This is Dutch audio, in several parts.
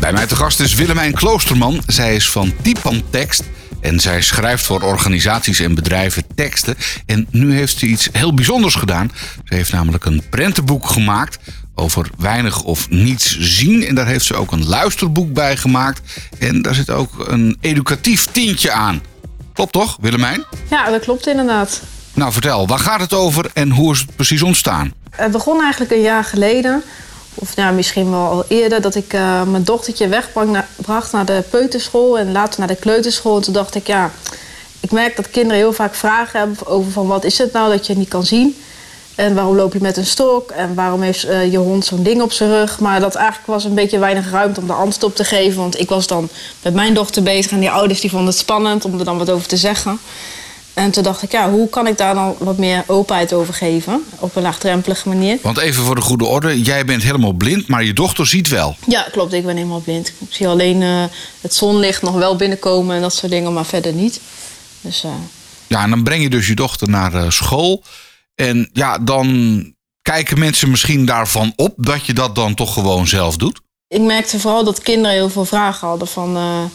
Bij mij te gast is Willemijn Kloosterman. Zij is van Typan Tekst en zij schrijft voor organisaties en bedrijven teksten. En nu heeft ze iets heel bijzonders gedaan. Ze heeft namelijk een prentenboek gemaakt over weinig of niets zien. En daar heeft ze ook een luisterboek bij gemaakt. En daar zit ook een educatief tintje aan. Klopt toch, Willemijn? Ja, dat klopt inderdaad. Nou, vertel, waar gaat het over en hoe is het precies ontstaan? Het begon eigenlijk een jaar geleden, of ja, misschien wel al eerder, dat ik mijn dochtertje wegbracht naar de peuterschool en later naar de kleuterschool. En toen dacht ik, ja, ik merk dat kinderen heel vaak vragen hebben over van wat is het nou dat je niet kan zien? En waarom loop je met een stok? En waarom heeft je hond zo'n ding op zijn rug? Maar dat eigenlijk was een beetje weinig ruimte om de antwoord op te geven. Want ik was dan met mijn dochter bezig en die ouders die vonden het spannend om er dan wat over te zeggen. En toen dacht ik, ja, hoe kan ik daar dan wat meer openheid over geven? Op een laagdrempelige manier. Want even voor de goede orde, jij bent helemaal blind, maar je dochter ziet wel. Ja, klopt, ik ben helemaal blind. Ik zie alleen het zonlicht nog wel binnenkomen en dat soort dingen, maar verder niet. Dus, Ja, en dan breng je dus je dochter naar school. En ja, dan kijken mensen misschien daarvan op dat je dat dan toch gewoon zelf doet? Ik merkte vooral dat kinderen heel veel vragen hadden van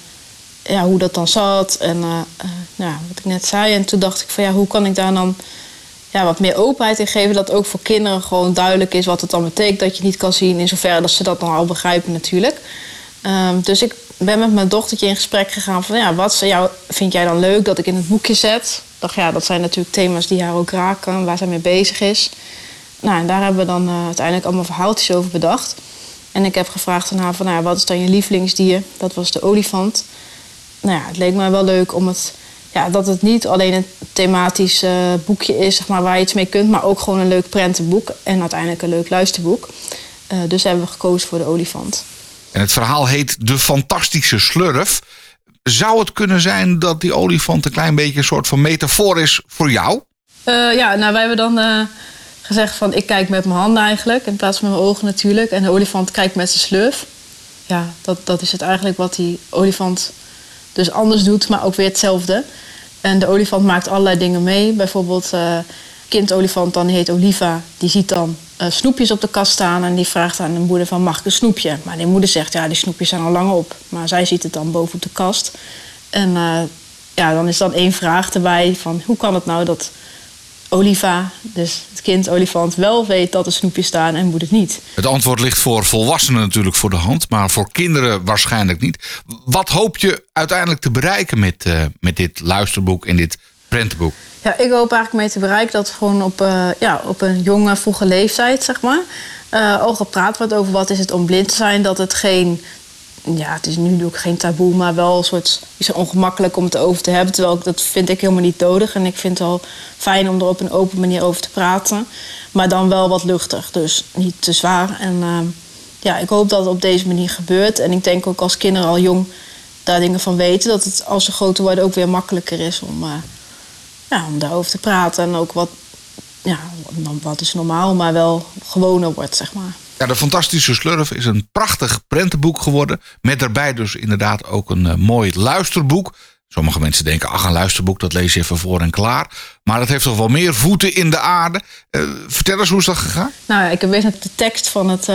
ja, hoe dat dan zat en wat ik net zei. En toen dacht ik van ja, hoe kan ik daar dan wat meer openheid in geven, dat ook voor kinderen gewoon duidelijk is wat het dan betekent dat je niet kan zien, in zoverre dat ze dat dan al begrijpen natuurlijk. Dus ik ben met mijn dochtertje in gesprek gegaan van ja, wat vind jij dan leuk dat ik in het boekje zet? Ik dacht ja, dat zijn natuurlijk thema's die haar ook raken, waar zij mee bezig is. Nou, en daar hebben we dan uiteindelijk allemaal verhaaltjes over bedacht. En ik heb gevraagd aan haar van nou, wat is dan je lievelingsdier? Dat was de olifant. Nou ja, het leek mij wel leuk om dat het niet alleen een thematisch boekje is, zeg maar, waar je iets mee kunt, maar ook gewoon een leuk prentenboek en uiteindelijk een leuk luisterboek. Dus hebben we gekozen voor de olifant. En het verhaal heet De Fantastische Slurf. Zou het kunnen zijn dat die olifant een klein beetje een soort van metafoor is voor jou? Wij hebben dan gezegd van ik kijk met mijn handen eigenlijk, in plaats van met mijn ogen natuurlijk. En de olifant kijkt met zijn slurf. Ja, dat is het eigenlijk wat die olifant dus anders doet, maar ook weer hetzelfde. En de olifant maakt allerlei dingen mee. Bijvoorbeeld kindolifant, dan die heet Oliva. Die ziet dan snoepjes op de kast staan en die vraagt aan de moeder van mag ik een snoepje? Maar die moeder zegt ja, die snoepjes zijn al lang op. Maar zij ziet het dan boven op de kast. En dan is dan één vraag erbij van hoe kan het nou dat Oliva, dus het kind olifant, wel weet dat er snoepjes staan en moet het niet? Het antwoord ligt voor volwassenen natuurlijk voor de hand, maar voor kinderen waarschijnlijk niet. Wat hoop je uiteindelijk te bereiken met dit luisterboek en dit prentenboek? Ja, ik hoop eigenlijk mee te bereiken dat gewoon op een jonge, vroege leeftijd, zeg maar, al gepraat wordt over wat is het om blind te zijn. Dat het het is nu ook geen taboe, maar wel een soort is ongemakkelijk om het over te hebben. Terwijl dat vind ik helemaal niet nodig. En ik vind het wel fijn om er op een open manier over te praten. Maar dan wel wat luchtig, dus niet te zwaar. En ik hoop dat het op deze manier gebeurt. En ik denk ook als kinderen al jong daar dingen van weten, dat het als ze groter worden ook weer makkelijker is om daarover te praten. En ook wat is normaal, maar wel gewoner wordt, zeg maar. Ja, De Fantastische Slurf is een prachtig prentenboek geworden. Met daarbij dus inderdaad ook een mooi luisterboek. Sommige mensen denken, een luisterboek, dat lees je even voor en klaar. Maar dat heeft toch wel meer voeten in de aarde. Vertel eens, hoe is dat gegaan? Nou ja, ik heb eerst de tekst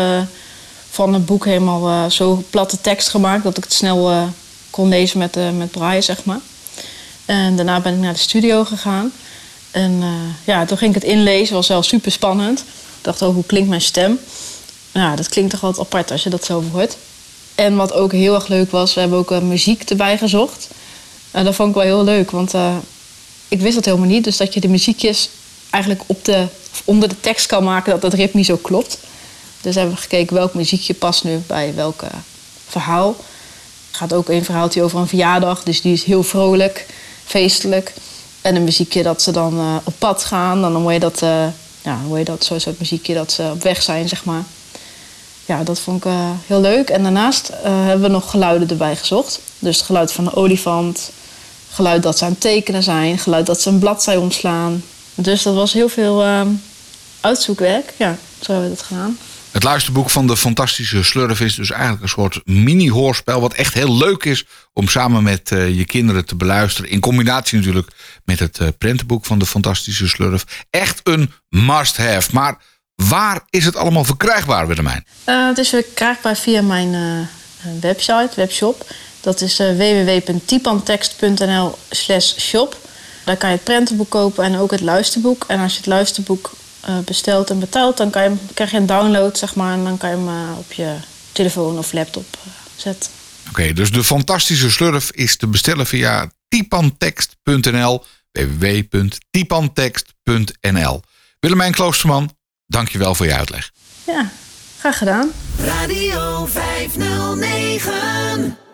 van het boek helemaal zo platte tekst gemaakt dat ik het snel kon lezen met braille, zeg maar. En daarna ben ik naar de studio gegaan. En toen ging ik het inlezen, was wel super spannend. Ik dacht, hoe klinkt mijn stem? Nou, dat klinkt toch altijd apart als je dat zo hoort. En wat ook heel erg leuk was, we hebben ook muziek erbij gezocht. Dat vond ik wel heel leuk, want ik wist dat helemaal niet. Dus dat je de muziekjes eigenlijk onder de tekst kan maken, dat het ritme zo klopt. Dus hebben we gekeken welk muziekje past nu bij welk verhaal. Er gaat ook een verhaaltje over een verjaardag, dus die is heel vrolijk, feestelijk. En een muziekje dat ze dan op pad gaan, dan hoor je dat zo'n soort muziekje dat ze op weg zijn, zeg maar. Ja, dat vond ik heel leuk. En daarnaast hebben we nog geluiden erbij gezocht. Dus het geluid van een olifant, geluid dat ze aan het tekenen zijn, geluid dat ze een bladzij omslaan. Dus dat was heel veel uitzoekwerk. Ja, zo hebben we dat gedaan. Het luisterboek van De Fantastische Slurf is dus eigenlijk een soort mini-hoorspel, wat echt heel leuk is om samen met je kinderen te beluisteren. In combinatie natuurlijk met het prentenboek van De Fantastische Slurf. Echt een must-have. Maar waar is het allemaal verkrijgbaar, Willemijn? Het is verkrijgbaar via mijn webshop. Dat is www.tipantekst.nl/shop. Daar kan je het prentenboek kopen en ook het luisterboek. En als je het luisterboek bestelt en betaalt, dan krijg je een download, zeg maar. En dan kan je hem op je telefoon of laptop zetten. Oké, dus de fantastische slurf is te bestellen via tipantekst.nl. www.tipantekst.nl. Willemijn Kloosterman, dankjewel voor je uitleg. Ja, graag gedaan. Radio 509.